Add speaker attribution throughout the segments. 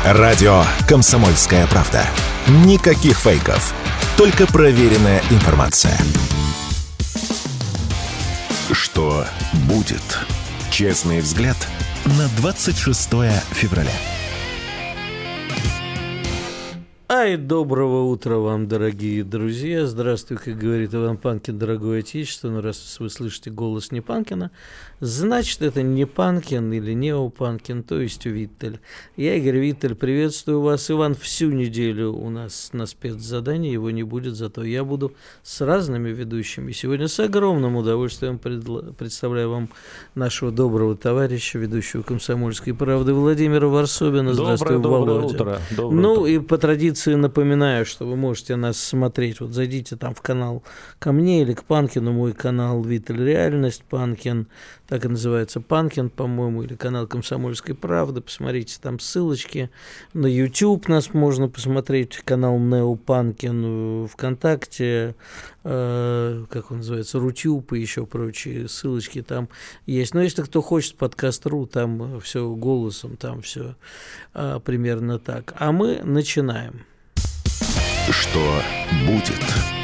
Speaker 1: Радио «Комсомольская правда». Никаких фейков. Только проверенная информация. Что будет? Честный взгляд на 26 февраля.
Speaker 2: Доброго утра вам, дорогие друзья. Здравствуй, как говорит Иван Панкин, дорогое отечество. Но раз вы слышите голос не Панкина, значит, это не Панкин или неопанкин, то есть Виттель. Я, Игорь Виттель, приветствую вас. Иван всю неделю у нас на спецзадании, его не будет, зато я буду с разными ведущими. Сегодня с огромным удовольствием представляю вам нашего доброго товарища, ведущего «Комсомольской правды» Владимира Варсобина. Здравствуй,
Speaker 3: доброе
Speaker 2: Володя.
Speaker 3: Утро.
Speaker 2: Ну и по традиции напоминаю, что вы можете нас смотреть. Вот зайдите там в канал ко мне или к Панкину, мой канал «Виттель. Реальность». Панкин, так и называется, Панкин, по-моему, или канал «Комсомольской правды». Посмотрите там ссылочки. На YouTube нас можно посмотреть, канал Неопанкин, ВКонтакте, как он называется, Рутюб и еще прочие ссылочки там есть. Но если кто хочет, подкаст.ру, там все голосом, там все примерно так. А мы начинаем.
Speaker 1: Что будет?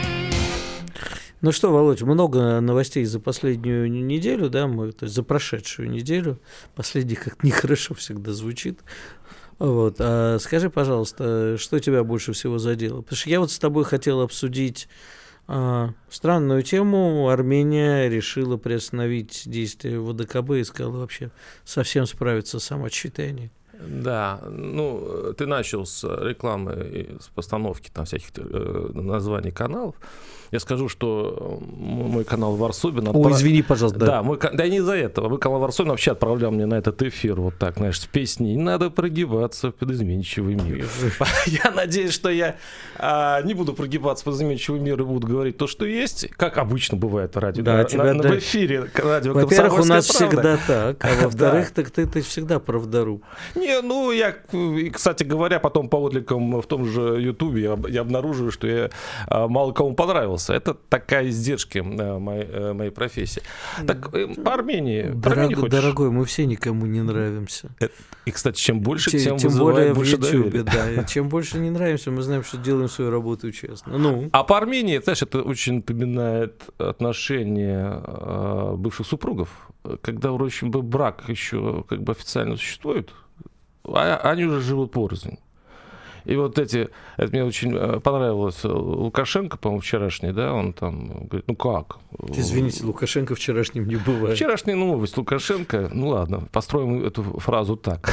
Speaker 2: Ну что, Володь, много новостей за последнюю неделю, да, то есть за прошедшую неделю. Последний как-то нехорошо всегда звучит. Вот. А скажи, пожалуйста, что тебя больше всего задело? Потому что я вот с тобой хотел обсудить странную тему. Армения решила приостановить действия ВДКБ и сказала вообще совсем справиться с самоотчитанием.
Speaker 3: Да, ну, ты начал с рекламы, с постановки там всяких названий каналов. Я скажу, что мой канал Варсобин...
Speaker 2: извини, пожалуйста.
Speaker 3: Да, да и не из-за этого. Мой канал Варсобин вообще отправлял мне на этот эфир вот так, знаешь, с песней «Не надо прогибаться под изменчивый мир». Я надеюсь, что я не буду прогибаться под изменчивый мир и буду говорить то, что есть, как обычно бывает в радио.
Speaker 2: Да,
Speaker 3: в эфире радио «Комсомольская правда».
Speaker 2: Во-первых, у нас всегда так, а во-вторых, так ты всегда правдоруб.
Speaker 3: Не, ну, я, кстати говоря, потом по откликам в том же Ютубе я обнаруживаю, что я мало кому понравился. Это такая издержки моей профессии. Так, по Армении.
Speaker 2: Дорогой, мы все никому не нравимся.
Speaker 3: И, кстати, чем больше, тем
Speaker 2: более
Speaker 3: больше
Speaker 2: в Ютубе,
Speaker 3: доверия.
Speaker 2: Да. Чем больше не нравимся, мы знаем, что делаем свою работу честно. Ну.
Speaker 3: А по Армении, знаешь, это очень напоминает отношения бывших супругов, когда вроде бы брак еще как бы официально существует, а они уже живут порознь. И вот это мне очень понравилось. Лукашенко, по-моему, вчерашний, да, он там говорит, ну как?
Speaker 2: Извините, Лукашенко вчерашним не бывает.
Speaker 3: Вчерашняя новость Лукашенко, ну ладно, построим эту фразу так.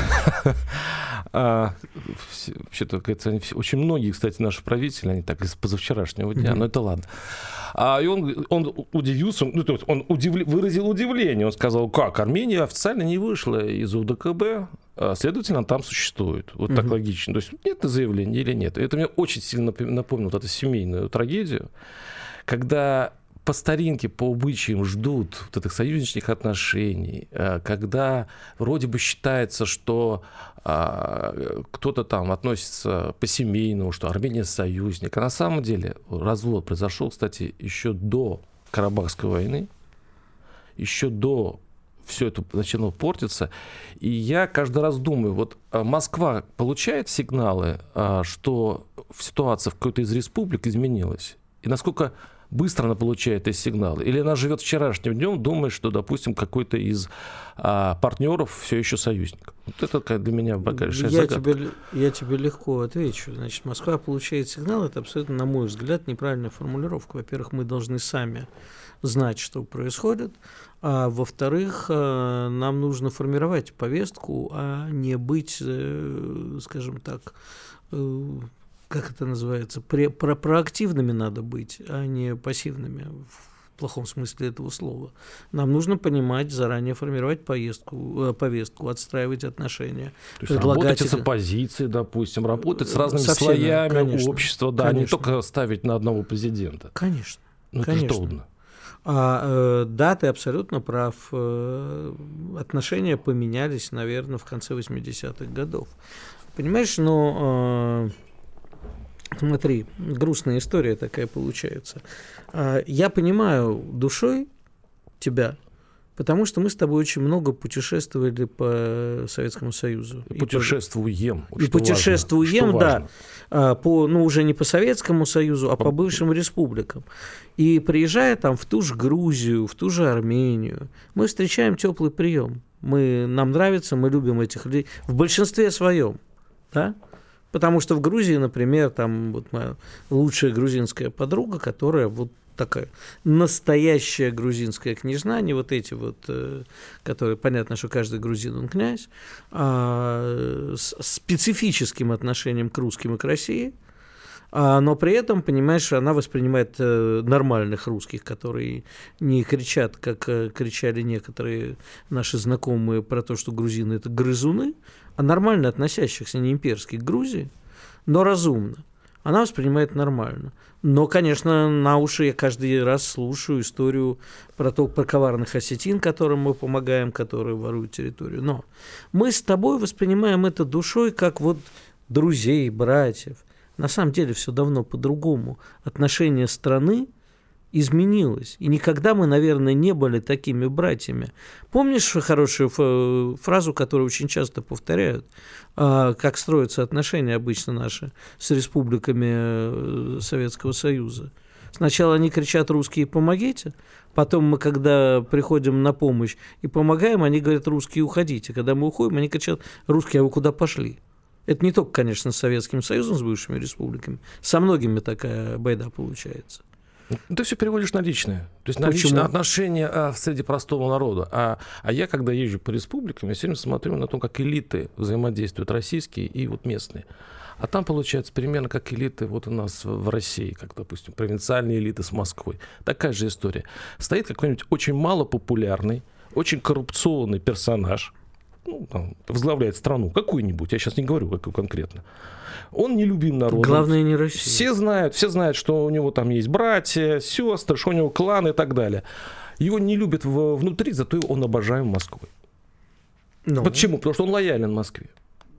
Speaker 3: Вообще-то, очень многие, кстати, наши правители, они так из позавчерашнего дня, но это ладно. И он удивился, ну, то есть он выразил удивление, он сказал, как, Армения официально не вышла из УДКБ, следовательно, там существует. Вот так логично. То есть нет заявления или нет. И это мне очень сильно напомнило вот эту семейную трагедию, когда по старинке, по обычаям ждут вот этих союзнических отношений, когда вроде бы считается, что кто-то там относится по-семейному, что Армения союзник. А на самом деле развод произошел, кстати, еще до Карабахской войны, еще до все это начало портиться. И я каждый раз думаю, вот Москва получает сигналы, что ситуация в какой-то из республик изменилась? И насколько быстро она получает эти сигналы? Или она живет вчерашним днем, думает, что, допустим, какой-то из партнеров все еще союзник? Вот это для меня большая загадка.
Speaker 2: Я тебе легко отвечу. Значит, Москва получает сигналы, это абсолютно, на мой взгляд, неправильная формулировка. Во-первых, мы должны сами знать, что происходит, а во-вторых, нам нужно формировать повестку, а не быть, скажем так, как это называется, проактивными надо быть, а не пассивными в плохом смысле этого слова. Нам нужно понимать, заранее формировать повестку, отстраивать отношения.
Speaker 3: То есть работать с оппозицией, допустим, работать с разными слоями, конечно, общества, да, конечно. Не только ставить на одного президента.
Speaker 2: Конечно.
Speaker 3: Ну,
Speaker 2: конечно.
Speaker 3: Это трудно.
Speaker 2: Да, ты абсолютно прав. Отношения поменялись, наверное, в конце 80-х годов. Понимаешь, но смотри, грустная история такая получается. Я понимаю душой тебя, Потому что мы с тобой очень много путешествовали по Советскому Союзу.
Speaker 3: И путешествуем.
Speaker 2: И путешествуем,
Speaker 3: важно.
Speaker 2: да, уже не по Советскому Союзу, а по бывшим республикам. И приезжая там в ту же Грузию, в ту же Армению, мы встречаем теплый прием. Нам нравится, мы любим этих людей в большинстве своем, да? Потому что в Грузии, например, там вот моя лучшая грузинская подруга, которая вот такая настоящая грузинская княжна, не вот эти вот, которые, понятно, что каждый грузин, он князь, а с специфическим отношением к русским и к России, но при этом, понимаешь, она воспринимает нормальных русских, которые не кричат, как кричали некоторые наши знакомые про то, что грузины – это грызуны, а нормально относящихся, не имперских, к Грузии, но разумно. Она воспринимает нормально. Но, конечно, на уши я каждый раз слушаю историю про коварных осетин, которым мы помогаем, которые воруют территорию. Но мы с тобой воспринимаем это душой как вот друзей, братьев. На самом деле все давно по-другому. Отношение страны изменилось. И никогда мы, наверное, не были такими братьями. Помнишь хорошую фразу, которую очень часто повторяют, как строятся отношения обычно наши с республиками Советского Союза? Сначала они кричат: русские, помогите. Потом мы, когда приходим на помощь и помогаем, они говорят: русские, уходите. Когда мы уходим, они кричат: русские, а вы куда пошли? Это не только, конечно, с Советским Союзом, с бывшими республиками. Со многими такая байда получается.
Speaker 3: Ты все переводишь на личное. То есть на личное отношение среди простого народа. А я, когда езжу по республикам, я все время смотрю на то, как элиты взаимодействуют, российские и вот местные. А там получается примерно как элиты вот у нас в России, как, допустим, провинциальные элиты с Москвой. Такая же история. Стоит какой-нибудь очень малопопулярный, очень коррупционный персонаж, возглавляет страну какую-нибудь, я сейчас не говорю, какую конкретно. Он не любим народом.
Speaker 2: Главное, не Россия.
Speaker 3: Все знают, что у него там есть братья, сестры, что у него клан и так далее. Его не любят внутри, зато он обожаем Москвой. Почему? Потому что он лоялен Москве.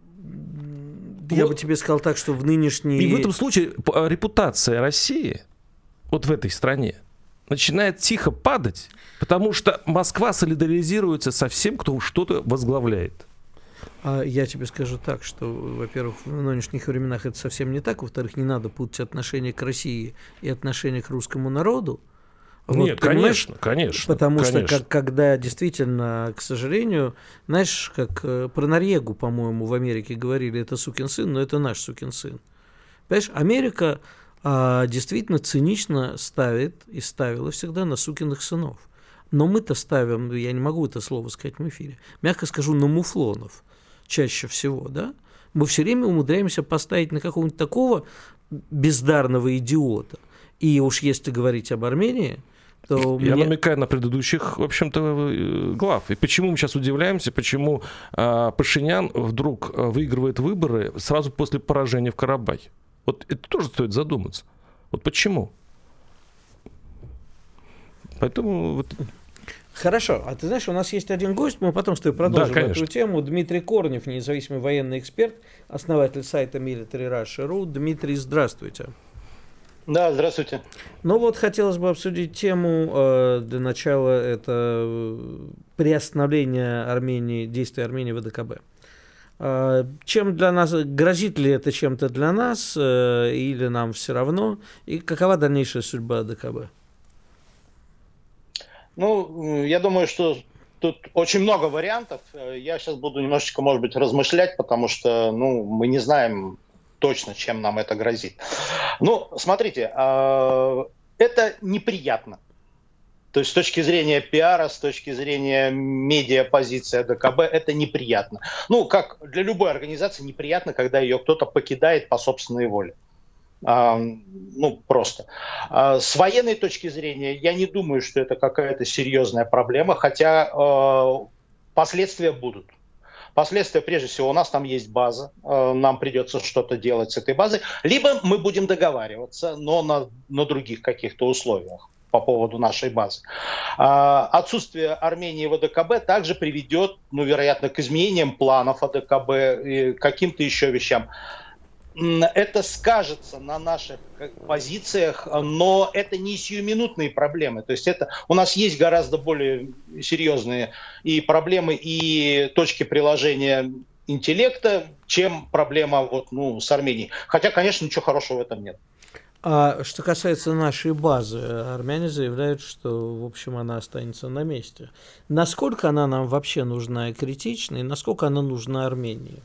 Speaker 2: Я бы тебе сказал так, что в нынешней...
Speaker 3: И в этом случае репутация России вот в этой стране начинает тихо падать, потому что Москва солидаризируется со всем, кто что-то возглавляет.
Speaker 2: Я тебе скажу так, что, во-первых, в нынешних временах это совсем не так, во-вторых, не надо путать отношение к России и отношение к русскому народу.
Speaker 3: Нет, конечно.
Speaker 2: Потому что, когда действительно, к сожалению, знаешь, как про Норвегу, по-моему, в Америке говорили, это сукин сын, но это наш сукин сын. Понимаешь, Америка действительно цинично ставит и ставила всегда на сукиных сынов. Но мы-то ставим, я не могу это слово сказать в эфире, мягко скажу, на муфлонов чаще всего, да? Мы все время умудряемся поставить на какого-нибудь такого бездарного идиота. И уж если говорить об Армении, то...
Speaker 3: Я намекаю на предыдущих, в общем-то, глав. И почему мы сейчас удивляемся, почему Пашинян вдруг выигрывает выборы сразу после поражения в Карабахе. Вот это тоже стоит задуматься. Вот почему? Поэтому... Вот...
Speaker 2: Хорошо. А ты знаешь, у нас есть один гость, мы потом с тобой продолжим эту тему. Дмитрий Корнев, независимый военный эксперт, основатель сайта Military Russia.ru. Дмитрий, здравствуйте.
Speaker 4: Да, здравствуйте.
Speaker 2: Ну вот хотелось бы обсудить тему для начала, это приостановление Армении, действий Армении в АДКБ. Чем для нас, грозит ли это чем-то для нас, или нам все равно, и какова дальнейшая судьба АДКБ?
Speaker 4: Ну, я думаю, что тут очень много вариантов. Я сейчас буду немножечко, может быть, размышлять, потому что, мы не знаем точно, чем нам это грозит. Ну, смотрите, это неприятно. То есть с точки зрения пиара, с точки зрения медиапозиции АДКБ, это неприятно. Как для любой организации неприятно, когда ее кто-то покидает по собственной воле. Просто. С военной точки зрения, я не думаю, что это какая-то серьезная проблема, хотя последствия будут. Последствия, прежде всего, у нас там есть база, нам придется что-то делать с этой базой, либо мы будем договариваться, но на других каких-то условиях по поводу нашей базы. Отсутствие Армении в АДКБ также приведет, вероятно, к изменениям планов АДКБ и каким-то еще вещам. это скажется на наших позициях, но это не сиюминутные проблемы. То есть это у нас есть гораздо более серьезные и проблемы, и точки приложения интеллекта, чем проблема с Арменией. Хотя, конечно, ничего хорошего в этом нет.
Speaker 2: А что касается нашей базы, армяне заявляют, что, в общем, она останется на месте. Насколько она нам вообще нужна и критична, и насколько она нужна Армении?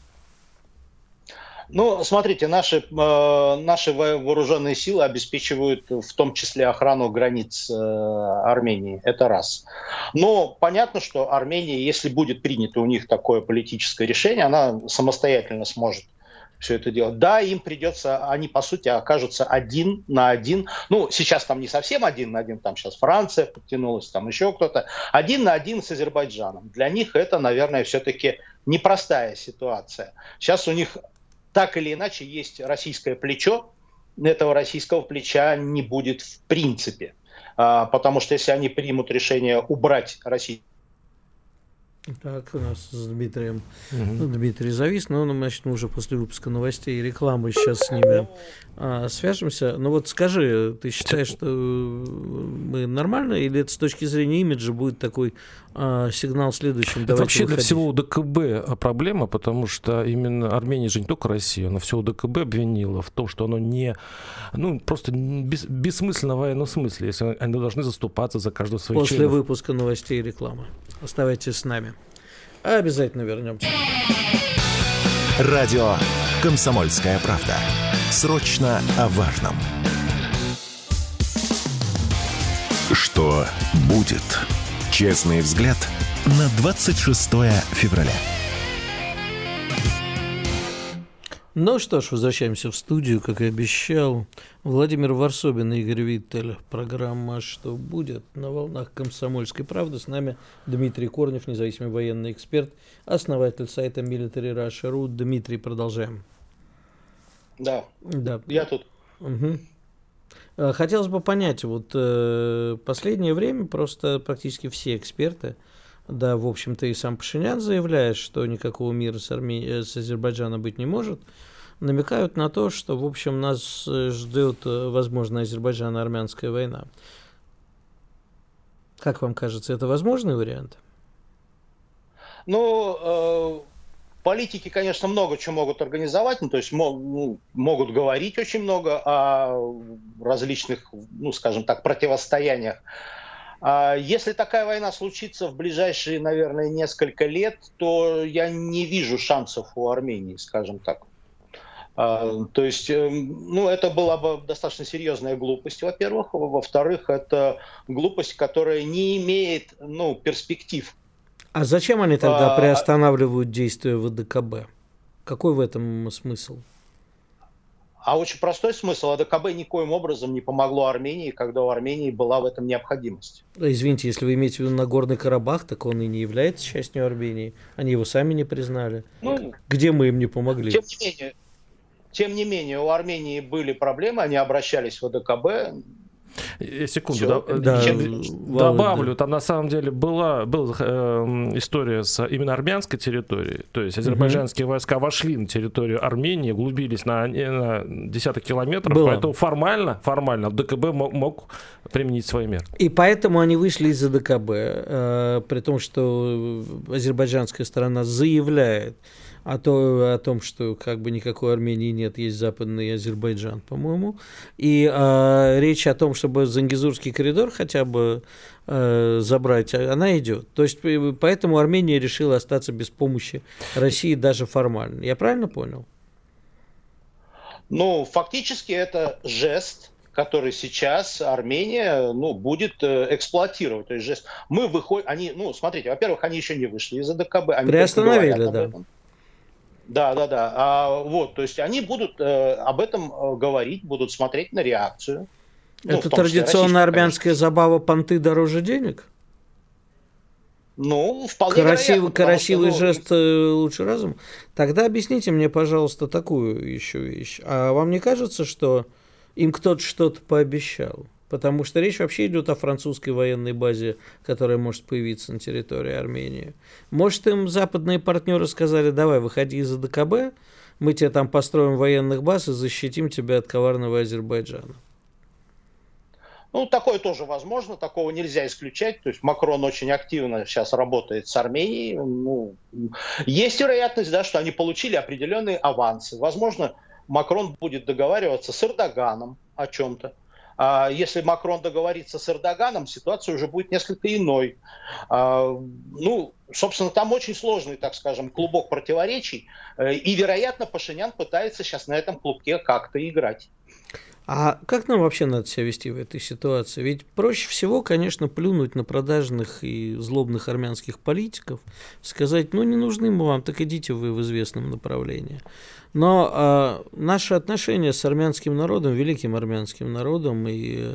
Speaker 4: Ну, смотрите, наши вооруженные силы обеспечивают в том числе охрану границ Армении. Это раз. Но понятно, что Армения, если будет принято у них такое политическое решение, она самостоятельно сможет все это делать. Да, им придется, они по сути окажутся один на один. Ну, сейчас там не совсем один на один, там сейчас Франция подтянулась, там еще кто-то. Один на один с Азербайджаном. Для них это, наверное, все-таки непростая ситуация. Сейчас у них так или иначе есть российское плечо. Этого российского плеча не будет в принципе. Потому что если они примут решение убрать Россию.
Speaker 2: Так, у нас с Дмитрием. Дмитрий завис, но значит, мы уже после выпуска новостей и рекламы сейчас с ними свяжемся. Ну вот скажи, ты считаешь, что мы нормально, или это с точки зрения имиджа будет такой сигнал следующим?
Speaker 3: Это вообще выходить? Для всего УДКБ проблема, потому что именно Армения же не только Россия, но все УДКБ обвинила в том, что оно просто бессмысленно в военном смысле, если они должны заступаться за каждого своих
Speaker 2: членов. После выпуска новостей и рекламы. Оставайтесь с нами. Обязательно вернемся.
Speaker 1: Радио «Комсомольская правда». Срочно о важном. Что будет? Честный взгляд на 26 февраля.
Speaker 2: Ну что ж, возвращаемся в студию, как и обещал. Владимир Варсобин и Игорь Виттель. Программа «Что будет?» на волнах «Комсомольской правды». С нами Дмитрий Корнев, независимый военный эксперт, основатель сайта Military Russia.ru. Дмитрий, продолжаем.
Speaker 4: Да, я тут.
Speaker 2: Угу. Хотелось бы понять, последнее время просто практически все эксперты, да, в общем-то, и сам Пашинян заявляет, что никакого мира с Азербайджаном быть не может, намекают на то, что, в общем, нас ждет, возможно, азербайджано-армянская война. Как вам кажется, это возможный вариант?
Speaker 4: Политики, конечно, много чего могут организовать, то есть могут говорить очень много о различных, скажем так, противостояниях. Если такая война случится в ближайшие, наверное, несколько лет, то я не вижу шансов у Армении, скажем так. То есть, это была бы достаточно серьезная глупость, во-первых. Во-вторых, это глупость, которая не имеет, перспектив.
Speaker 2: А зачем они тогда приостанавливают действия ВДКБ? Какой в этом смысл?
Speaker 4: А очень простой смысл. АДКБ никоим образом не помогло Армении, когда у Армении была в этом необходимость.
Speaker 2: Извините, если вы имеете в виду Нагорный Карабах, так он и не является частью Армении. Они его сами не признали. Где мы им не помогли?
Speaker 4: Тем не менее, у Армении были проблемы, они обращались в АДКБ.
Speaker 3: Секунду, добавлю, там на самом деле была история с именно армянской территорией, то есть азербайджанские войска вошли на территорию Армении, углубились на десяток километров, поэтому формально ДКБ мог применить свои меры.
Speaker 2: И поэтому они вышли из АДКБ, при том, что азербайджанская сторона заявляет о том, что как бы никакой Армении нет, есть Западный Азербайджан, по-моему. И речь о том, чтобы Зангезурский коридор хотя бы забрать, она идет. То есть поэтому Армения решила остаться без помощи России даже формально. Я правильно понял?
Speaker 4: Фактически это жест, который сейчас Армения будет эксплуатировать. То есть жест. Мы выходим, смотрите, во-первых, они еще не вышли из АДКБ. Они
Speaker 2: приостановили, да.
Speaker 4: Да. То есть они будут об этом говорить, будут смотреть на реакцию.
Speaker 2: Это традиционная армянская забава «понты дороже денег»?
Speaker 4: Вполне вероятно.
Speaker 2: Красивый жест лучше разум. Тогда объясните мне, пожалуйста, такую еще вещь. А вам не кажется, что им кто-то что-то пообещал? Потому что речь вообще идет о французской военной базе, которая может появиться на территории Армении. Может, им западные партнеры сказали: давай, выходи из АДКБ, мы тебе там построим военных баз и защитим тебя от коварного Азербайджана.
Speaker 4: Ну, такое тоже возможно, такого нельзя исключать. То есть Макрон очень активно сейчас работает с Арменией. Ну, есть вероятность, да, что они получили определенные авансы. Возможно, Макрон будет договариваться с Эрдоганом о чем-то. А если Макрон договорится с Эрдоганом, ситуация уже будет несколько иной. Ну, собственно, там очень сложный, так скажем, клубок противоречий. И, вероятно, Пашинян пытается сейчас на этом клубке как-то играть.
Speaker 2: А как нам вообще надо себя вести в этой ситуации? Ведь проще всего, конечно, плюнуть на продажных и злобных армянских политиков, сказать: ну, не нужны мы вам, так идите вы в известном направлении. Но наши отношения с армянским народом, великим армянским народом, и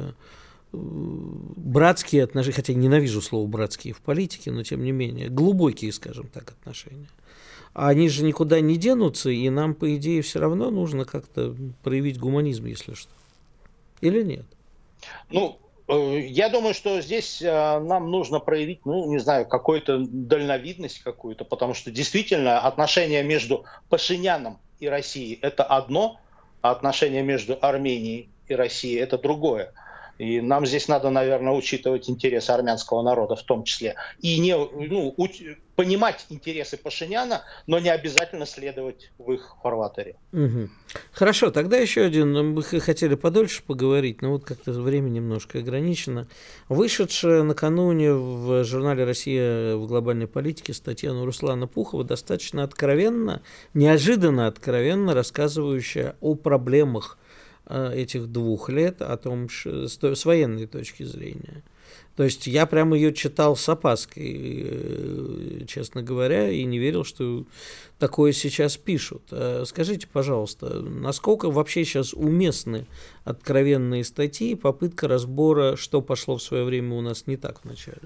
Speaker 2: братские отношения, хотя ненавижу слово «братские» в политике, но тем не менее, глубокие, скажем так, отношения. Они же никуда не денутся, и нам, по идее, все равно нужно как-то проявить гуманизм, если что. Или нет?
Speaker 4: Ну, я думаю, что здесь нам нужно проявить, ну, не знаю, какую-то дальновидность какую-то, потому что действительно отношения между Пашиняном и Россией – это одно, а отношения между Арменией и Россией – это другое. И нам здесь надо, наверное, учитывать интересы армянского народа в том числе. И понимать интересы Пашиняна, но не обязательно следовать в их фарватере.
Speaker 2: Угу. Хорошо, тогда еще один. Мы хотели подольше поговорить, но вот как-то время немножко ограничено. Вышедшая накануне в журнале «Россия в глобальной политике» статья Руслана Пухова достаточно откровенно, неожиданно откровенно рассказывающая о проблемах этих 2 лет, о том, с военной точки зрения. То есть я прямо ее читал с опаской, честно говоря, и не верил, что такое сейчас пишут. Скажите, пожалуйста, насколько вообще сейчас уместны откровенные статьи, попытка разбора, что пошло в свое время у нас не так вначале?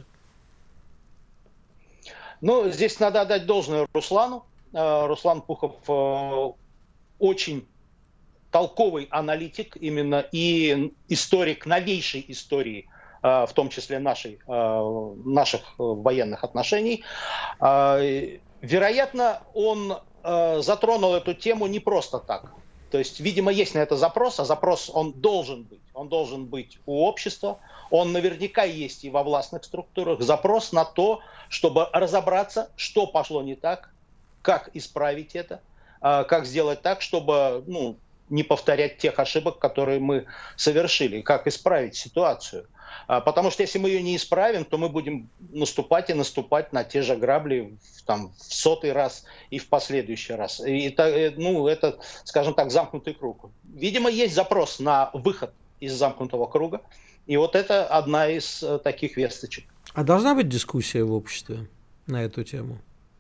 Speaker 4: Ну, здесь надо отдать должное Руслану. Руслан Пухов очень толковый аналитик именно и историк новейшей истории, в том числе наших военных отношений. Вероятно, он затронул эту тему не просто так. То есть, видимо, есть на это запрос, а запрос он должен быть. Он должен быть у общества, он наверняка есть и во властных структурах. Запрос на то, чтобы разобраться, что пошло не так, как исправить это, как сделать так, чтобы не повторять тех ошибок, которые мы совершили, как исправить ситуацию. Потому что если мы ее не исправим, то мы будем наступать и наступать на те же грабли в 100-й раз и в последующий раз. И это, скажем так, замкнутый круг. Видимо, есть запрос на выход из замкнутого круга, и вот это одна из таких весточек.
Speaker 2: А должна быть дискуссия в обществе на эту тему?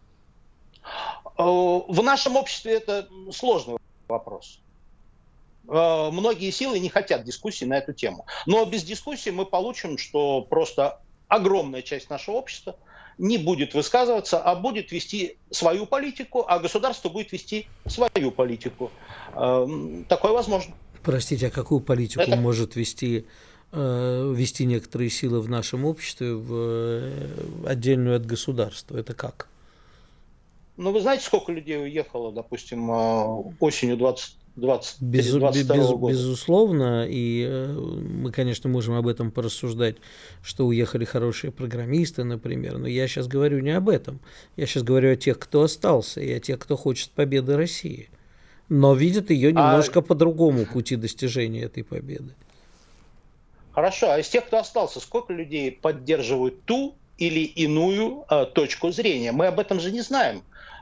Speaker 4: В нашем обществе это сложный вопрос. Многие силы не хотят дискуссии на эту тему. Но без дискуссии мы получим, что просто огромная часть нашего общества не будет высказываться, а будет вести свою политику, а государство будет вести свою политику. Такое возможно.
Speaker 2: Простите, а какую политику может вести некоторые силы в нашем обществе отдельную от государства? Это как?
Speaker 4: Ну, вы знаете, сколько людей уехало, допустим, осенью 2022 года?
Speaker 2: Безусловно, и мы, конечно, можем об этом порассуждать, что уехали хорошие программисты, например, но я сейчас говорю не об этом. Я сейчас говорю о тех, кто остался, и о тех, кто хочет победы России, но видит ее немножко по другому пути достижения этой победы.
Speaker 4: Хорошо, а из тех, кто остался, сколько людей поддерживают ту или иную точку зрения? Мы об этом же не знаем.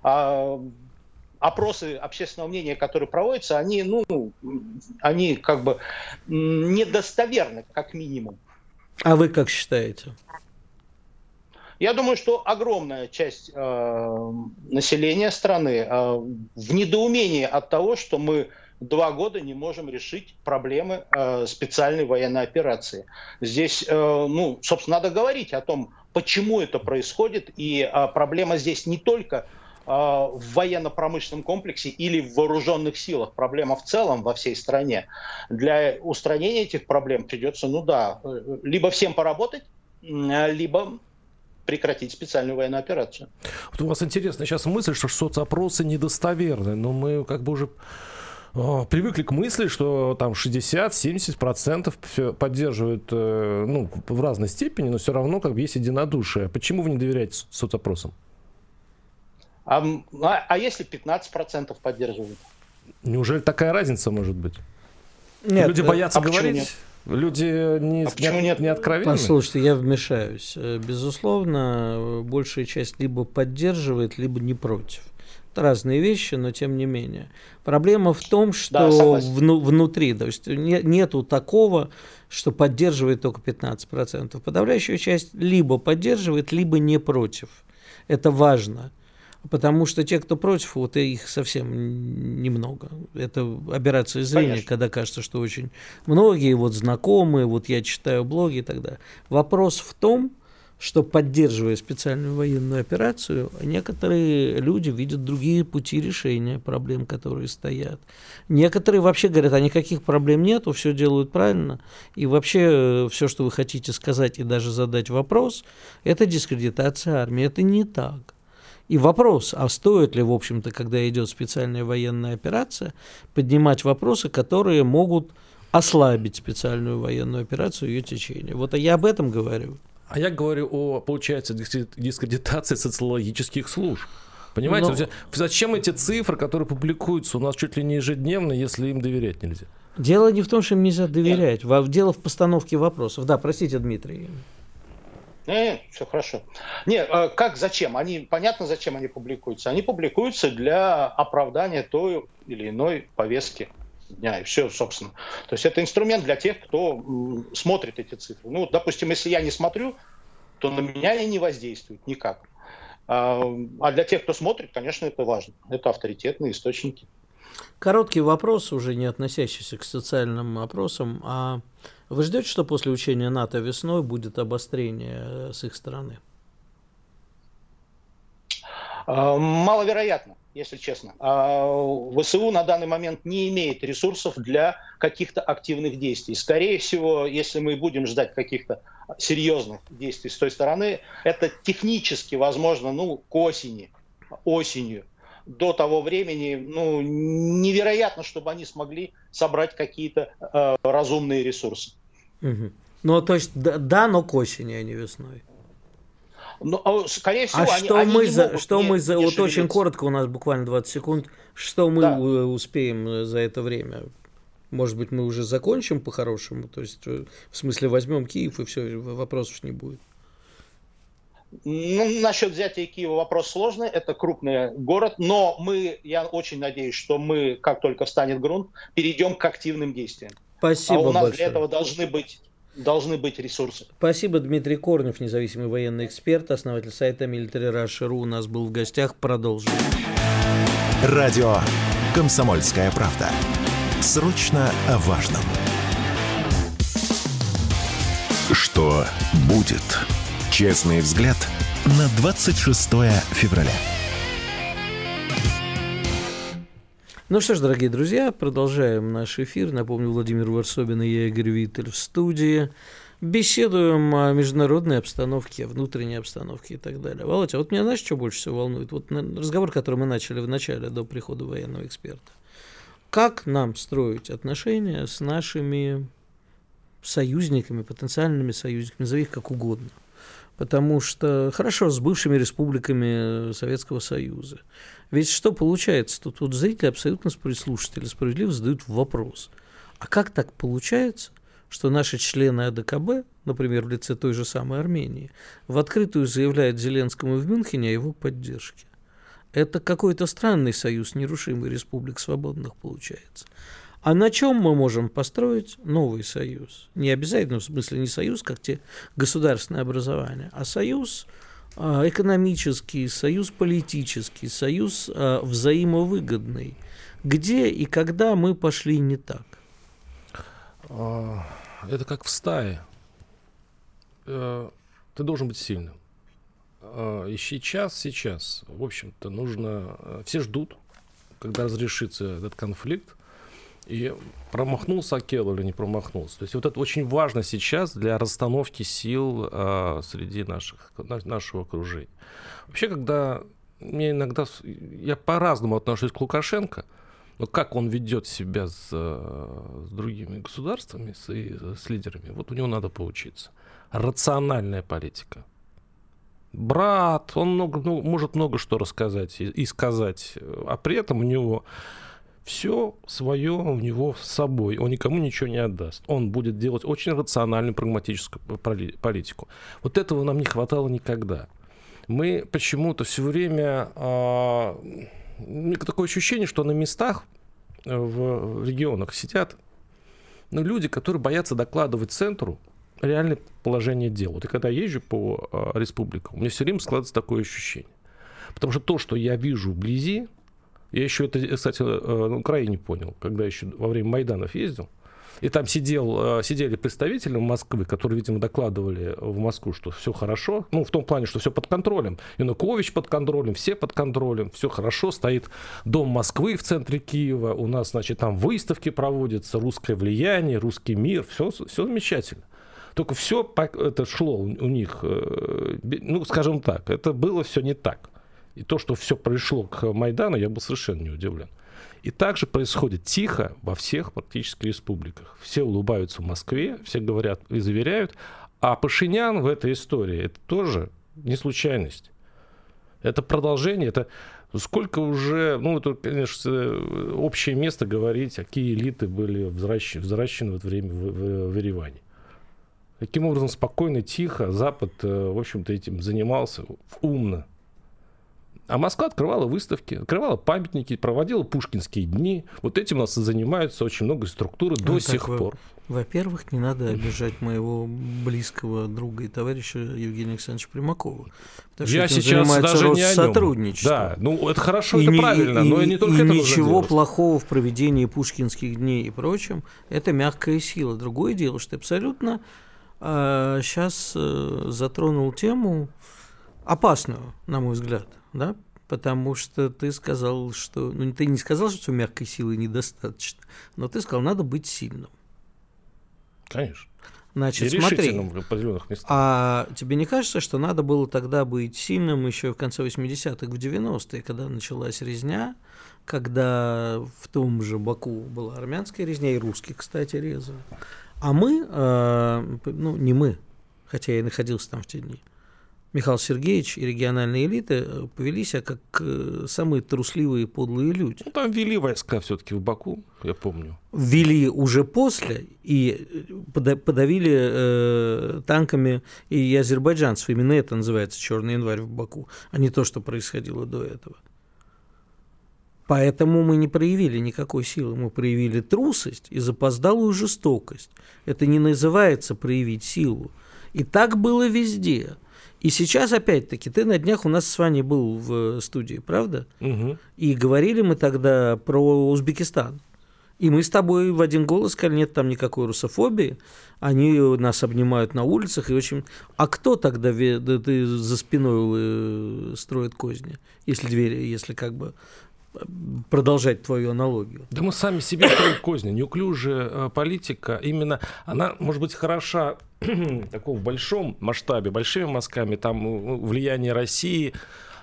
Speaker 4: Опросы общественного мнения, которые проводятся, они как бы недостоверны, как минимум.
Speaker 2: А вы как считаете?
Speaker 4: Я думаю, что огромная часть населения страны в недоумении от того, что мы 2 года не можем решить проблемы специальной военной операции. Здесь, собственно, надо говорить о том, почему это происходит. И проблема здесь не только в военно-промышленном комплексе или в вооруженных силах. Проблема в целом во всей стране. Для устранения этих проблем придется, либо всем поработать, либо прекратить специальную военную операцию.
Speaker 3: Вот у вас интересная сейчас мысль, что соцопросы недостоверны, но мы как бы уже привыкли к мысли, что там 60-70% поддерживают в разной степени, но все равно как бы есть единодушие. Почему вы не доверяете соцопросам?
Speaker 4: А если 15% поддерживают?
Speaker 3: Неужели такая разница может быть?
Speaker 2: Нет,
Speaker 3: люди боятся
Speaker 4: говорить?
Speaker 3: Нет? Люди не откровенны?
Speaker 2: Послушайте, я вмешаюсь. Безусловно, большая часть либо поддерживает, либо не против. Это разные вещи, но тем не менее. Проблема в том, что внутри, то есть нету такого, что поддерживает только 15%. Подавляющая часть либо поддерживает, либо не против. Это важно. Потому что те, кто против, вот их совсем немного. Это аберрация зрения, конечно, когда кажется, что очень многие, вот знакомые, вот я читаю блоги и так далее. Вопрос в том, что, поддерживая специальную военную операцию, некоторые люди видят другие пути решения проблем, которые стоят. Некоторые вообще говорят, а никаких проблем нету, все делают правильно, и вообще все, что вы хотите сказать и даже задать вопрос, это дискредитация армии. Это не так. И вопрос, а стоит ли, в общем-то, когда идет специальная военная операция, поднимать вопросы, которые могут ослабить специальную военную операцию и ее течение. Вот я об этом говорю.
Speaker 3: А я говорю о, получается, дискредитации социологических служб. Понимаете, зачем эти цифры, которые публикуются у нас чуть ли не ежедневно, если им доверять нельзя?
Speaker 2: Дело не в том, что им нельзя доверять. Дело в постановке вопросов. Да, простите, Дмитрий.
Speaker 4: Все хорошо. Зачем? Понятно, зачем они публикуются. Они публикуются для оправдания той или иной повестки дня. И все, собственно. То есть это инструмент для тех, кто смотрит эти цифры. Допустим, если я не смотрю, то на меня они не воздействуют никак. А для тех, кто смотрит, конечно, это важно. Это авторитетные источники.
Speaker 2: Короткий вопрос, уже не относящийся к социальным опросам. А вы ждете, что после учения НАТО весной будет обострение с их стороны?
Speaker 4: Маловероятно, если честно. ВСУ на данный момент не имеет ресурсов для каких-то активных действий. Скорее всего, если мы будем ждать каких-то серьезных действий с той стороны, это технически возможно к осенью. До того времени невероятно, чтобы они смогли собрать какие-то разумные ресурсы.
Speaker 2: Угу. То есть да, но к осени, а не весной.
Speaker 4: Скорее всего,
Speaker 2: вот очень коротко, у нас буквально 20 секунд, что мы успеем за это время? Может быть, мы уже закончим по-хорошему? То есть, в смысле, возьмем Киев, и все, вопросов не будет.
Speaker 4: Насчет взятия Киева вопрос сложный. Это крупный город, но я очень надеюсь, что мы, как только встанет грунт, перейдем к активным действиям.
Speaker 2: Спасибо большое.
Speaker 4: А у нас для этого должны быть ресурсы.
Speaker 2: Спасибо. Дмитрий Корнев, независимый военный эксперт, основатель сайта Military Russia.ru, у нас был в гостях. Продолжим.
Speaker 1: Радио «Комсомольская правда». Срочно о важном. Что будет? Честный взгляд на 26 февраля.
Speaker 2: Ну что ж, дорогие друзья, продолжаем наш эфир. Напомню, Владимир Варсобин и я, Игорь Виттель, в студии. Беседуем о международной обстановке, внутренней обстановке и так далее. Володя, вот меня знаешь, что больше всего волнует? Вот разговор, который мы начали в начале, до прихода военного эксперта. Как нам строить отношения с нашими союзниками, потенциальными союзниками, назови их как угодно. Потому что, хорошо, с бывшими республиками Советского Союза. Ведь что получается? Тут вот зрители, абсолютно слушатели, справедливо задают вопрос. А как так получается, что наши члены АДКБ, например, в лице той же самой Армении, в открытую заявляют Зеленскому в Мюнхене о его поддержке? Это какой-то странный союз нерушимых республик свободных получается. А на чем мы можем построить новый союз? Не обязательно, в смысле, не союз, как те государственные образования, а союз экономический, союз политический, союз взаимовыгодный. Где и когда мы пошли не так?
Speaker 3: Это как в стае. Ты должен быть сильным. И сейчас, в общем-то, нужно... Все ждут, когда разрешится этот конфликт, и промахнулся Акел или не промахнулся. То есть вот это очень важно сейчас для расстановки сил среди нашего окружения. Вообще, когда мне иногда... Я по-разному отношусь к Лукашенко, но как он ведет себя с другими государствами, с лидерами, вот у него надо поучиться. Рациональная политика. Брат, он может много что рассказать и сказать, а при этом у него все свое у него с собой, он никому ничего не отдаст. Он будет делать очень рациональную, прагматическую политику. Вот этого нам не хватало никогда. Мы почему-то все время... такое ощущение, что на местах в регионах сидят люди, которые боятся докладывать центру реальное положение дел. Вот и когда я езжу по республикам, у меня все время складывается такое ощущение. Потому что то, что я вижу вблизи, я еще это, кстати, на Украине понял, когда еще во время Майданов ездил, и там сидели представители Москвы, которые, видимо, докладывали в Москву, что все хорошо, в том плане, что все под контролем. Янукович под контролем, все под контролем, все хорошо, стоит Дом Москвы в центре Киева, у нас, значит, там выставки проводятся, русское влияние, русский мир, все замечательно. Только все это шло у них, скажем так, это было все не так. И то, что все пришло к Майдану, я был совершенно не удивлен. И также происходит тихо во всех практически республиках. Все улыбаются в Москве, все говорят и заверяют. А Пашинян в этой истории, это тоже не случайность. Это продолжение, это сколько уже, это, конечно, общее место говорить, какие элиты были взращены в это время в Ереване. Таким образом, спокойно, тихо Запад, в общем-то, этим занимался умно. А Москва открывала выставки, открывала памятники, проводила пушкинские дни. Вот этим у нас занимаются очень много структур до сих пор.
Speaker 2: Во-первых, не надо обижать моего близкого друга и товарища Евгения Александровича Примакова. Потому что
Speaker 3: я сейчас даже не о нем. Да, это хорошо, это правильно, но не только это нужно делать.
Speaker 2: Ничего плохого в проведении пушкинских дней и прочем. Это мягкая сила. Другое дело, что ты абсолютно сейчас затронул тему опасную, на мой взгляд, да, потому что ты сказал, что... ты не сказал, что мягкой силы недостаточно, но ты сказал, надо быть сильным.
Speaker 3: Конечно.
Speaker 2: Значит,
Speaker 3: и
Speaker 2: смотри,
Speaker 3: решительным в определенных местах.
Speaker 2: А тебе не кажется, что надо было тогда быть сильным еще в конце 80-х, в 90-е, когда началась резня, когда в том же Баку была армянская резня, и русских, кстати, резали. А мы, не мы, хотя я и находился там в те дни, Михаил Сергеевич и региональные элиты повели себя как самые трусливые и подлые люди.
Speaker 3: Там ввели войска все-таки в Баку, я помню.
Speaker 2: Ввели уже после и подавили танками и азербайджанцев. Именно это называется «Черный январь» в Баку, а не то, что происходило до этого. Поэтому мы не проявили никакой силы. Мы проявили трусость и запоздалую жестокость. Это не называется проявить силу. И так было везде. И сейчас, опять-таки, ты на днях у нас с Ваней был в студии, правда?
Speaker 3: Угу.
Speaker 2: И говорили мы тогда про Узбекистан. И мы с тобой в один голос сказали, нет там никакой русофобии, они нас обнимают на улицах. И очень... А кто тогда за спиной строит козни, если как бы продолжать твою аналогию?
Speaker 3: Да мы сами себе строим козни. Неуклюжая политика, именно она может быть хороша такого в большом масштабе, большими мазками, там влияние России,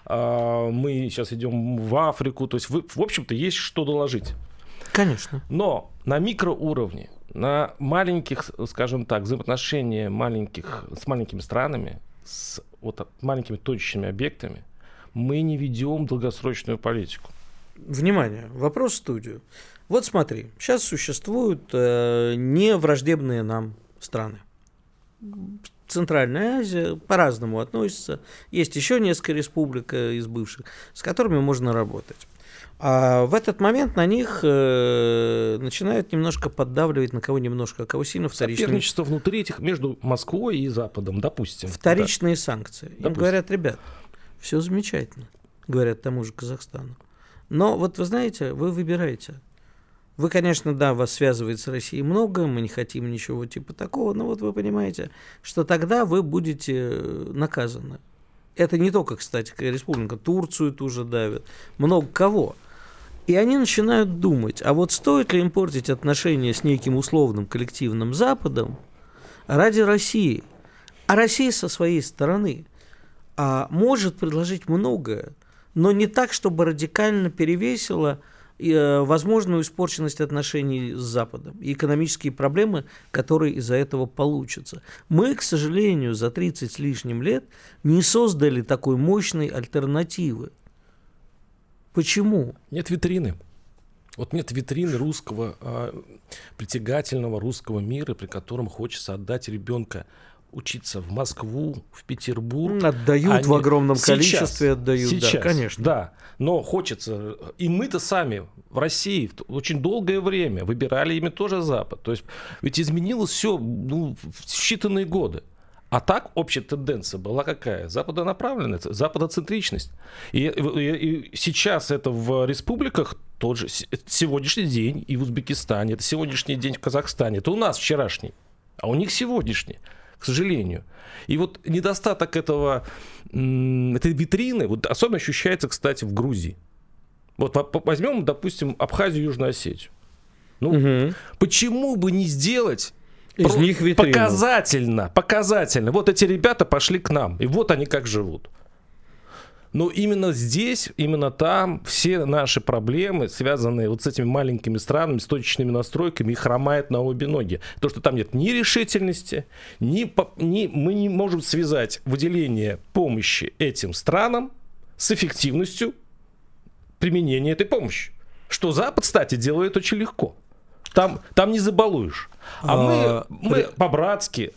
Speaker 3: мы сейчас идем в Африку, то есть в общем-то есть что доложить.
Speaker 2: Конечно.
Speaker 3: Но на микроуровне, на маленьких, скажем так, взаимоотношения с маленькими странами, с маленькими точечными объектами, мы не ведем долгосрочную политику.
Speaker 2: Внимание, вопрос в студию. Вот смотри, сейчас существуют не враждебные нам страны. Центральная Азия по-разному относится. Есть еще несколько республик из бывших, с которыми можно работать. А в этот момент на них начинают немножко поддавливать, на кого немножко, а кого сильно вторичные...
Speaker 3: Соперничество внутри этих, между Москвой и Западом, допустим.
Speaker 2: Вторичные санкции. Им говорят, ребят, все замечательно, говорят тому же Казахстану. Но вот вы знаете, вы выбираете. Вы, конечно, да, вас связывает с Россией много, мы не хотим ничего типа такого, но вот вы понимаете, что тогда вы будете наказаны. Это не только, кстати, республика, Турцию тоже давят, много кого. И они начинают думать, а вот стоит ли им портить отношения с неким условным коллективным Западом ради России? А Россия со своей стороны может предложить многое, но не так, чтобы радикально перевесила возможную испорченность отношений с Западом и экономические проблемы, которые из-за этого получатся. Мы, к сожалению, за 30 с лишним лет не создали такой мощной альтернативы. Почему?
Speaker 3: Нет витрины. Вот нет витрины русского, притягательного русского мира, при котором хочется отдать ребенка учиться в Москву, в Петербург.
Speaker 2: Отдают в огромном количестве,
Speaker 3: сейчас,
Speaker 2: да, конечно.
Speaker 3: Да, но хочется. И мы-то сами в России очень долгое время выбирали ими тоже Запад. То есть ведь изменилось все в считанные годы. А так общая тенденция была какая? Западонаправленная, западоцентричность. И сейчас это в республиках тот же сегодняшний день и в Узбекистане, это сегодняшний день в Казахстане. Это у нас вчерашний, а у них сегодняшний. К сожалению. И вот недостаток этой витрины вот особенно ощущается, кстати, в Грузии. Вот возьмем, допустим, Абхазию и Южную Осетию. Почему бы не сделать
Speaker 2: из них витрину?
Speaker 3: Показательно. Вот эти ребята пошли к нам, и вот они как живут. Но именно здесь, именно там все наши проблемы, связанные вот с этими маленькими странами, с точечными настройками, и хромают на обе ноги. То, что там нет ни решительности, мы не можем связать выделение помощи этим странам с эффективностью применения этой помощи. Что Запад, кстати, делает очень легко. Там не забалуешь. А мы по-братски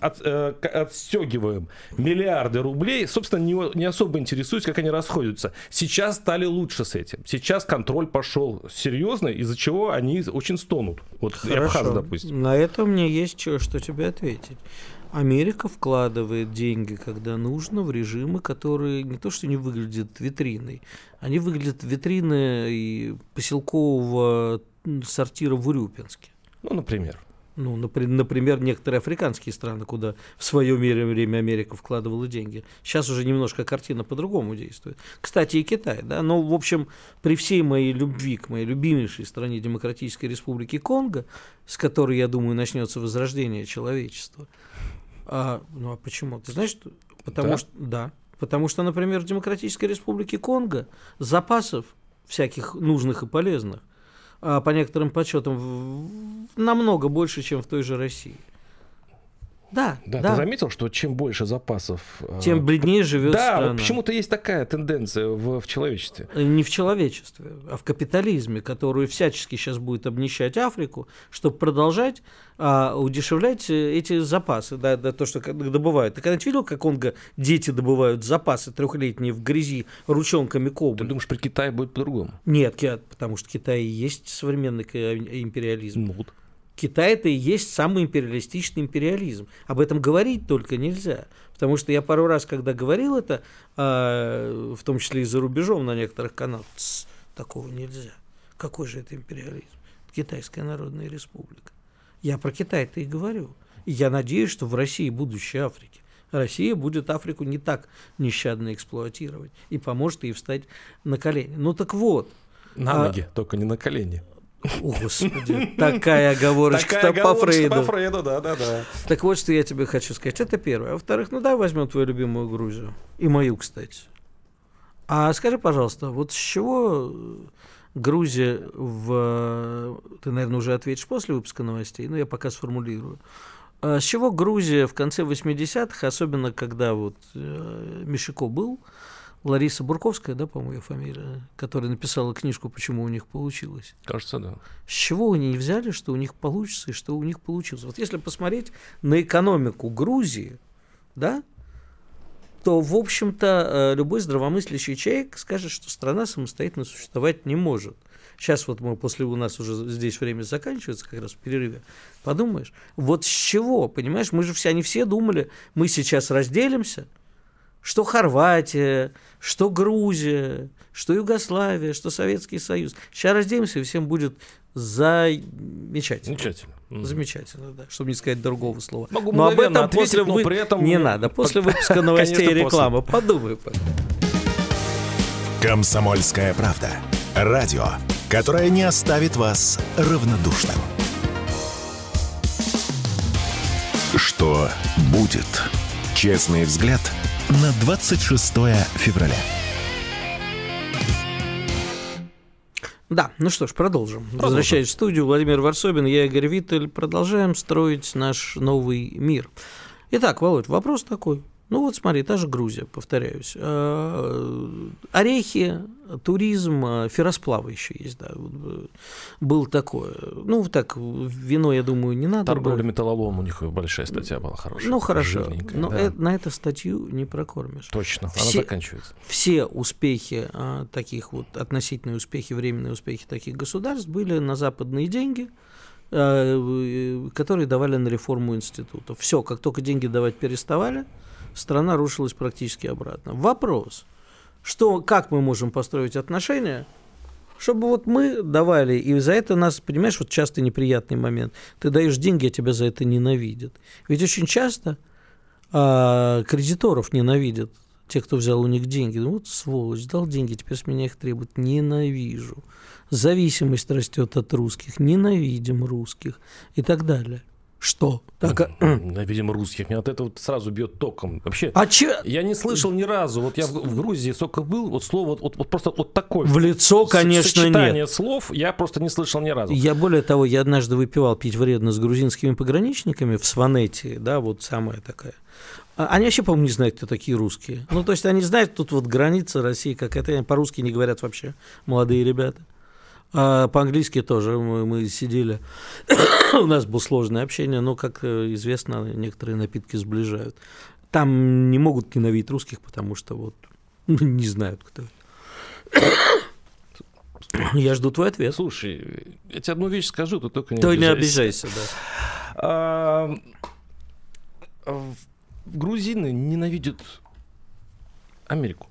Speaker 3: отстегиваем миллиарды рублей, собственно, не особо интересуюсь, как они расходятся. Сейчас стали лучше с этим. Сейчас контроль пошел серьезно, из-за чего они очень стонут. Вот Абхаз, допустим.
Speaker 2: На это мне есть что тебе ответить. Америка вкладывает деньги, когда нужно, в режимы, которые не то что не выглядят витриной, они выглядят витриной поселкового сортира в Урюпинске.
Speaker 3: Ну, например.
Speaker 2: Например, некоторые африканские страны, куда в свое время Америка вкладывала деньги. Сейчас уже немножко картина по-другому действует. Кстати, и Китай, да. Но, в общем, при всей моей любви к моей любимейшей стране Демократической Республики Конго, с которой, я думаю, начнется возрождение человечества. Почему? Ты знаешь, потому что, например, в Демократической Республике Конго запасов всяких нужных и полезных по некоторым подсчетам намного больше, чем в той же России. Да.
Speaker 3: Ты заметил, что чем больше запасов,
Speaker 2: тем бледнее живет страна.
Speaker 3: Да, почему-то есть такая тенденция в человечестве.
Speaker 2: Не в человечестве, а в капитализме, который всячески сейчас будет обнищать Африку, чтобы продолжать удешевлять эти запасы, то, что добывают. Ты когда-нибудь видел, как дети добывают запасы трехлетние в грязи ручонками кобальта?
Speaker 3: Ты думаешь, при Китае будет по-другому?
Speaker 2: Нет, потому что Китай и есть современный империализм.
Speaker 3: Вот.
Speaker 2: Китай – это и есть самый империалистичный империализм. Об этом говорить только нельзя. Потому что я пару раз, когда говорил это, в том числе и за рубежом на некоторых каналах, такого нельзя. Какой же это империализм? Китайская Народная Республика. Я про Китай-то и говорю. И я надеюсь, что в России будущее Африки. Россия будет Африку не так нещадно эксплуатировать и поможет ей встать на колени. Ну так вот.
Speaker 3: На ноги, только не на колени.
Speaker 2: О, Господи, такая оговорочка по Фрейду.
Speaker 3: По Фрейду, да.
Speaker 2: Так вот, что я тебе хочу сказать. Это первое. А во-вторых, давай возьмем твою любимую Грузию. И мою, кстати. А скажи, пожалуйста, вот с чего Грузия Ты, наверное, уже ответишь после выпуска новостей, но я пока сформулирую. С чего Грузия в конце 80-х, особенно когда Мишико был, Лариса Бурковская, да, по-моему, ее фамилия, которая написала книжку «Почему у них получилось».
Speaker 3: Кажется, да.
Speaker 2: С чего они взяли, что у них получится и что у них получилось? Вот если посмотреть на экономику Грузии, да, то, в общем-то, любой здравомыслящий человек скажет, что страна самостоятельно существовать не может. Сейчас у нас уже здесь время заканчивается, как раз в перерыве. Подумаешь, вот с чего, понимаешь, они все думали, мы сейчас разделимся, что Хорватия, что Грузия, что Югославия, что Советский Союз. Сейчас разденемся, и всем будет замечательно. Замечательно, да, чтобы не сказать другого слова.
Speaker 3: Могу
Speaker 2: но об этом
Speaker 3: ответить,
Speaker 2: после
Speaker 3: но при этом...
Speaker 2: Не надо, после выпуска новостей и рекламы. Подумай.
Speaker 1: «Комсомольская правда». Радио, которое не оставит вас равнодушным. Что будет? Честный взгляд на 26 февраля.
Speaker 2: Да, ну что ж, продолжим. Возвращаясь в студию, Владимир Варсобин, я Игорь Виттель. Продолжаем строить наш новый мир. Итак, Володь, вопрос такой. Ну вот смотри, та же Грузия, повторяюсь. Орехи, туризм, ферросплавы еще есть, да. Было такое. Ну, так, вино, я думаю, не надо.
Speaker 3: Торговля металлолом, у них большая статья была хорошая.
Speaker 2: Ну, хорошо, но
Speaker 3: да.
Speaker 2: на эту статью не прокормишь.
Speaker 3: Точно, она заканчивается.
Speaker 2: Все успехи таких вот, относительные успехи, временные успехи таких государств были на западные деньги, которые давали на реформу институтов. Все, как только деньги давать переставали, страна рушилась практически обратно. Вопрос, как мы можем построить отношения, чтобы вот мы давали, и за это нас, понимаешь, вот часто неприятный момент, ты даешь деньги, а тебя за это ненавидят. Ведь очень часто кредиторов ненавидят, те, кто взял у них деньги. Ну вот сволочь, дал деньги, теперь с меня их требуют. Ненавижу. Зависимость растет от русских, ненавидим русских и так далее. Что?
Speaker 3: Видимо, русских. Меня от этого сразу бьет током. Вообще, я не слышал ни разу. Вот я в Грузии сколько был, вот слово вот просто вот такое.
Speaker 2: В лицо, конечно,
Speaker 3: сочетание
Speaker 2: нет.
Speaker 3: слов я просто не слышал ни разу.
Speaker 2: Я, более того, я однажды выпивал пить вредно с грузинскими пограничниками в Сванете, да, вот самая такая. Они вообще, по-моему, не знают, кто такие русские. Ну, то есть они знают, тут вот граница России какая-то, они по-русски не говорят вообще, молодые ребята. По-английски тоже мы сидели, у нас было сложное общение, но, как известно, некоторые напитки сближают. Там не могут ненавидеть русских, потому что вот не знают, кто это. Я жду твой ответ.
Speaker 3: Слушай, я тебе одну вещь скажу, ты только
Speaker 2: не обижайся.
Speaker 3: Да. Грузины ненавидят Америку.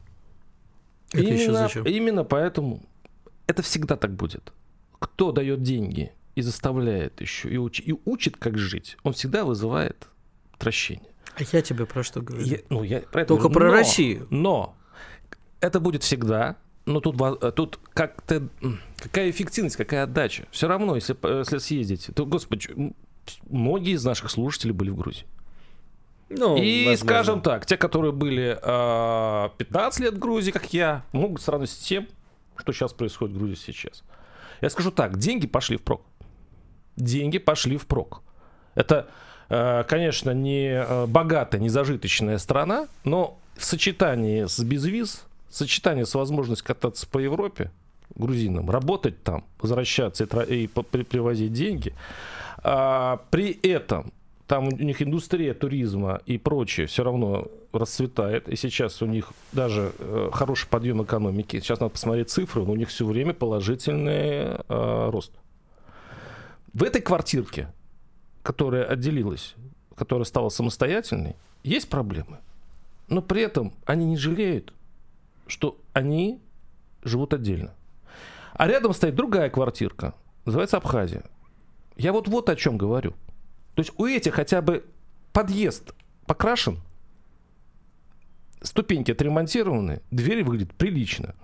Speaker 3: Именно поэтому... Это всегда так будет. Кто дает деньги и заставляет еще, и учит, как жить, он всегда вызывает отвращение.
Speaker 2: А я тебе про что говорю?
Speaker 3: Только
Speaker 2: про Россию.
Speaker 3: Но это будет всегда. Но тут как-то... Какая эффективность, какая отдача. Все равно, если съездить, то, господи, многие из наших слушателей были в Грузии. Возможно. Скажем так, те, которые были 15 лет в Грузии, как я, могут сравнить с тем, что сейчас происходит в Грузии сейчас. Я скажу так, деньги пошли впрок. Деньги пошли впрок. Это, конечно, не богатая, не зажиточная страна, но в сочетании с безвиз, в сочетании с возможностью кататься по Европе, грузинам, работать там, возвращаться и привозить деньги, при этом там у них индустрия туризма и прочее все равно расцветает. И сейчас у них даже хороший подъем экономики. Сейчас надо посмотреть цифры, но у них все время положительный рост. В этой квартирке, которая отделилась, которая стала самостоятельной, есть проблемы. Но при этом они не жалеют, что они живут отдельно. А рядом стоит другая квартирка, называется Абхазия. Я вот о чем говорю. То есть у этих хотя бы подъезд покрашен, ступеньки отремонтированы, двери выглядят прилично.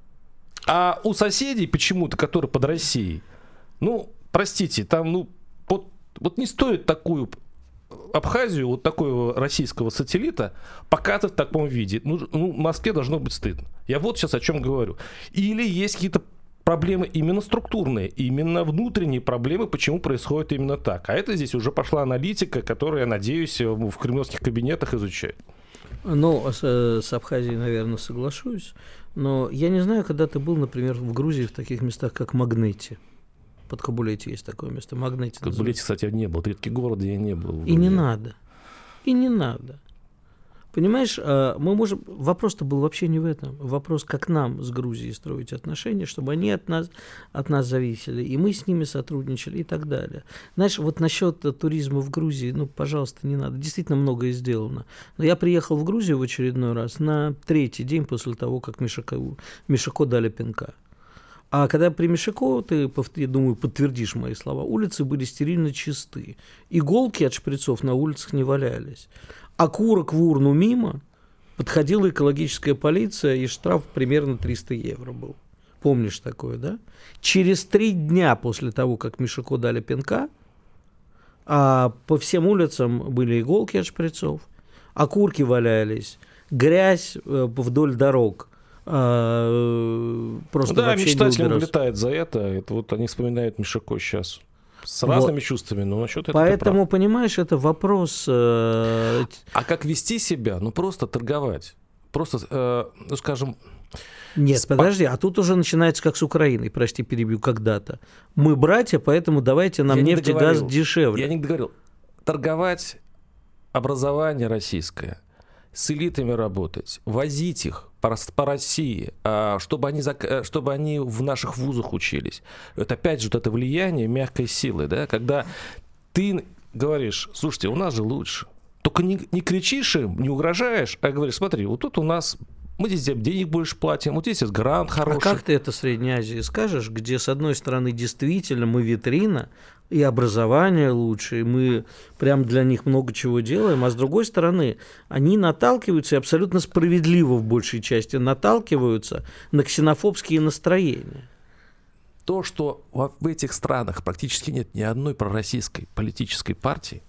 Speaker 3: А у соседей почему-то, которые под Россией, простите, там, вот не стоит такую Абхазию, вот такого российского сателлита показывать в таком виде. В Москве должно быть стыдно. Я вот сейчас о чем говорю. Или есть какие-то проблемы именно структурные, именно внутренние проблемы, почему происходит именно так. А это здесь уже пошла аналитика, которую, я надеюсь, в кремлевских кабинетах изучают.
Speaker 2: С Абхазией, наверное, соглашусь. Но я не знаю, когда ты был, например, в Грузии в таких местах, как Магнети. Под Кабулете есть такое место. Магнети.
Speaker 3: В Кабулете, кстати, я не был. Редкий город, я не был.
Speaker 2: И не надо. Понимаешь, мы можем... Вопрос-то был вообще не в этом. Вопрос, как нам с Грузией строить отношения, чтобы они от нас зависели, и мы с ними сотрудничали и так далее. Знаешь, вот насчет туризма в Грузии, ну, пожалуйста, не надо. Действительно многое сделано. Но я приехал в Грузию в очередной раз на 3-й день после того, как Мишико дали пинка. А когда при Мишико, ты, я думаю, подтвердишь мои слова, улицы были стерильно чисты. Иголки от шприцов на улицах не валялись. Окурок в урну мимо, подходила экологическая полиция, и штраф примерно 300 евро был. Помнишь такое, да? Через 3 дня после того, как Мишико дали пинка, по всем улицам были иголки от шприцов, окурки валялись, грязь вдоль дорог. Просто
Speaker 3: да,
Speaker 2: вообще
Speaker 3: мечтателям вылетает за это. Это вот они вспоминают Мишико сейчас. С разными чувствами, но насчет этого.
Speaker 2: Поэтому, понимаешь, это вопрос...
Speaker 3: А как вести себя? Ну, просто торговать. Просто, ну, скажем...
Speaker 2: Нет, подожди, а тут уже начинается как с Украиной, прости, перебью, когда-то. Мы братья, поэтому давайте нам нефть и газ дешевле.
Speaker 3: Я не договорил. Торговать образование российское, с элитами работать, возить их по России, чтобы они в наших вузах учились. Это опять же вот это влияние мягкой силы, да? Когда ты говоришь, слушайте, у нас же лучше. Только не кричишь им, не угрожаешь, а говоришь, смотри, вот тут у нас, мы здесь денег больше платим, вот здесь грант хороший.
Speaker 2: А как ты это Средней Азии скажешь, где, с одной стороны, действительно мы витрина, и образование лучше, и мы прям для них много чего делаем, а с другой стороны, они наталкиваются, и абсолютно справедливо в большей части наталкиваются на ксенофобские настроения.
Speaker 3: То, что в этих странах практически нет ни одной пророссийской политической партии,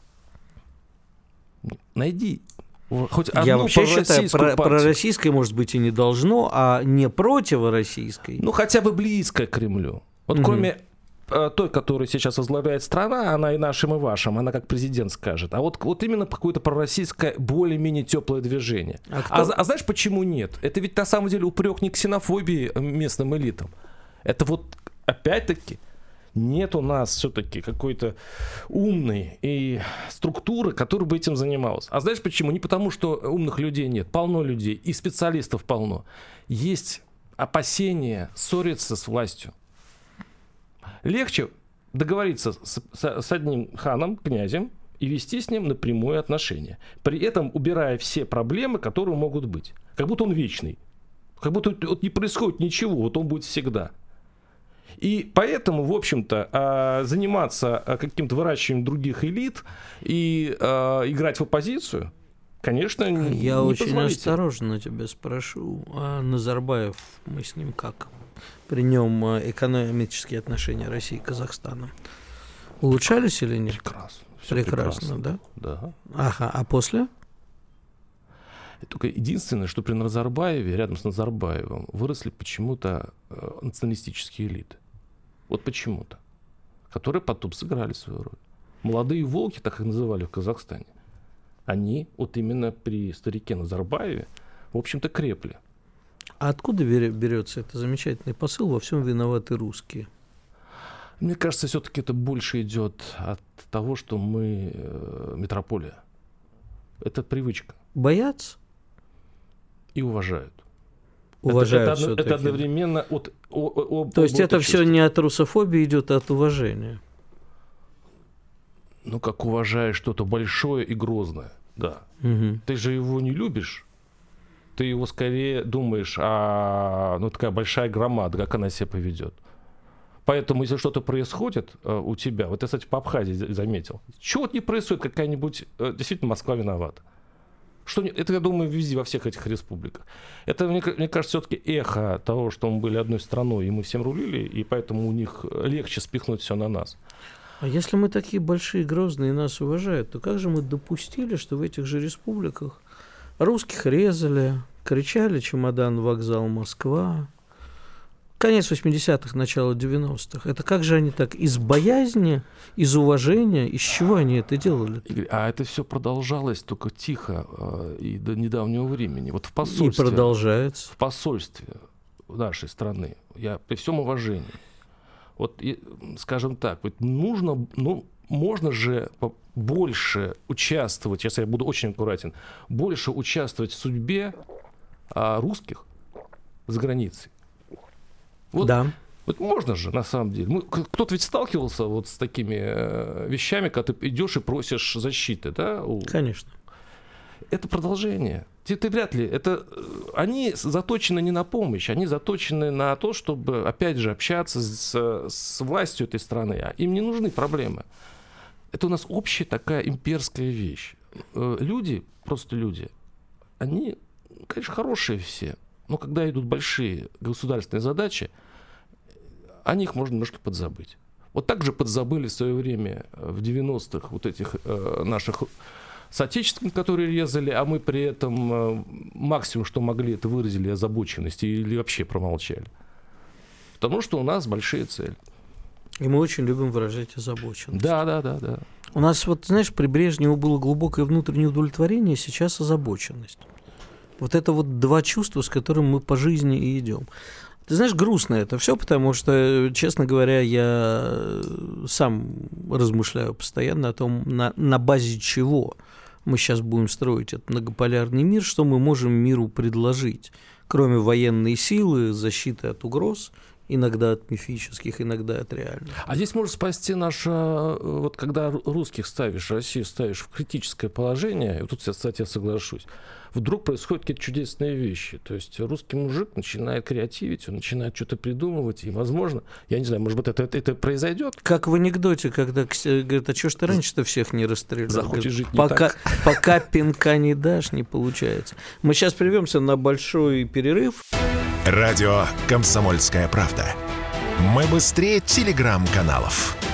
Speaker 3: найди хоть одну. Я
Speaker 2: вообще считаю, пророссийской, может быть, и не должно, а не противороссийской.
Speaker 3: Ну, хотя бы близко к Кремлю. Вот кроме той, которая сейчас возглавляет страна, она и нашим, и вашим, она как президент скажет. А вот именно какое-то пророссийское, более-менее теплое движение. А знаешь, почему нет? Это ведь на самом деле упрек не ксенофобии местным элитам. Это вот, опять-таки, нет у нас все-таки какой-то умной и структуры, которая бы этим занималась. А знаешь почему? Не потому, что умных людей нет. Полно людей, и специалистов полно. Есть опасения ссориться с властью. Легче договориться с одним ханом, князем, и вести с ним напрямую отношения. При этом убирая все проблемы, которые могут быть. Как будто он вечный. Как будто вот не происходит ничего, вот он будет всегда. И поэтому, в общем-то, заниматься каким-то выращиванием других элит и играть в оппозицию, конечно,
Speaker 2: я очень осторожно тебя спрошу. А Назарбаев, мы с ним как? При нем экономические отношения России и Казахстана улучшались или нет? Прекрасно, да?
Speaker 3: Да.
Speaker 2: Ага, а после?
Speaker 3: Только единственное, что при Назарбаеве, рядом с Назарбаевым, выросли почему-то националистические элиты. Вот почему-то. Которые потом сыграли свою роль. Молодые волки, так их называли в Казахстане, они вот именно при старике Назарбаеве, в общем-то, крепли.
Speaker 2: А откуда берется это замечательный посыл «во всем виноваты русские»?
Speaker 3: Мне кажется, все-таки это больше идет от того, что мы метрополия. Это привычка.
Speaker 2: Боятся?
Speaker 3: И уважают.
Speaker 2: Уважают
Speaker 3: это одновременно от...
Speaker 2: То есть это все не от русофобии идет, а от уважения?
Speaker 3: Ну, как уважаешь что-то большое и грозное, да.
Speaker 2: Угу.
Speaker 3: Ты же его не любишь. Ты его скорее думаешь, такая большая громада, как она себя поведет. Поэтому, если что-то происходит у тебя, вот я, кстати, по Абхазии заметил, чего-то не происходит, какая-нибудь, действительно, Москва виновата. Это, я думаю, везде, во всех этих республиках. Это, мне кажется, все-таки эхо того, что мы были одной страной, и мы всем рулили, и поэтому у них легче спихнуть все на нас.
Speaker 2: А если мы такие большие, грозные, и нас уважают, то как же мы допустили, что в этих же республиках русских резали, кричали «Чемодан, вокзал, Москва»? Конец 80-х, начало 90-х. Это как же они так? Из боязни, из уважения? Из чего они это делали?
Speaker 3: Игорь, а это все продолжалось только тихо и до недавнего времени. Вот в посольстве.
Speaker 2: И продолжается.
Speaker 3: В посольстве нашей страны. Я при всем уважении. Вот, скажем так, вот можно же больше участвовать, сейчас я буду очень аккуратен, больше участвовать в судьбе русских за границей. Вот,
Speaker 2: да.
Speaker 3: Вот можно же, на самом деле. Кто-то ведь сталкивался вот с такими вещами, когда ты идешь и просишь защиты, да?
Speaker 2: Конечно.
Speaker 3: Это продолжение. Ты вряд ли. Они заточены не на помощь, они заточены на то, чтобы, опять же, общаться с властью этой страны. А им не нужны проблемы. Это у нас общая такая имперская вещь. Люди, просто люди, они, конечно, хорошие все, но когда идут большие государственные задачи, о них можно немножко подзабыть. Вот так же подзабыли в свое время, в 90-х, вот этих наших соотечественников, которые резали, а мы при этом максимум, что могли, это выразили озабоченность или вообще промолчали. Потому что у нас большие цели.
Speaker 2: И мы очень любим выражать озабоченность.
Speaker 3: Да.
Speaker 2: У нас, вот, знаешь, при Брежневу было глубокое внутреннее удовлетворение, сейчас озабоченность. Вот это вот два чувства, с которыми мы по жизни и идем. Ты знаешь, грустно это все, потому что, честно говоря, я сам размышляю постоянно о том, на базе чего мы сейчас будем строить этот многополярный мир, что мы можем миру предложить, кроме военной силы, защиты от угроз, иногда от мифических, иногда от реальных.
Speaker 3: А здесь может спасти вот когда русских ставишь, Россию ставишь в критическое положение, и тут, кстати, я соглашусь, вдруг происходят какие-то чудесные вещи. То есть русский мужик начинает креативить, он начинает что-то придумывать, и, возможно, я не знаю, может быть, это произойдет.
Speaker 2: Как в анекдоте, когда говорят, а чё ж ты раньше-то всех не расстрелял?
Speaker 3: Захочешь жить не
Speaker 2: так. Пока пинка не дашь, не получается. Мы сейчас прервемся на большой перерыв.
Speaker 1: Радио «Комсомольская правда». Мы быстрее телеграм-каналов.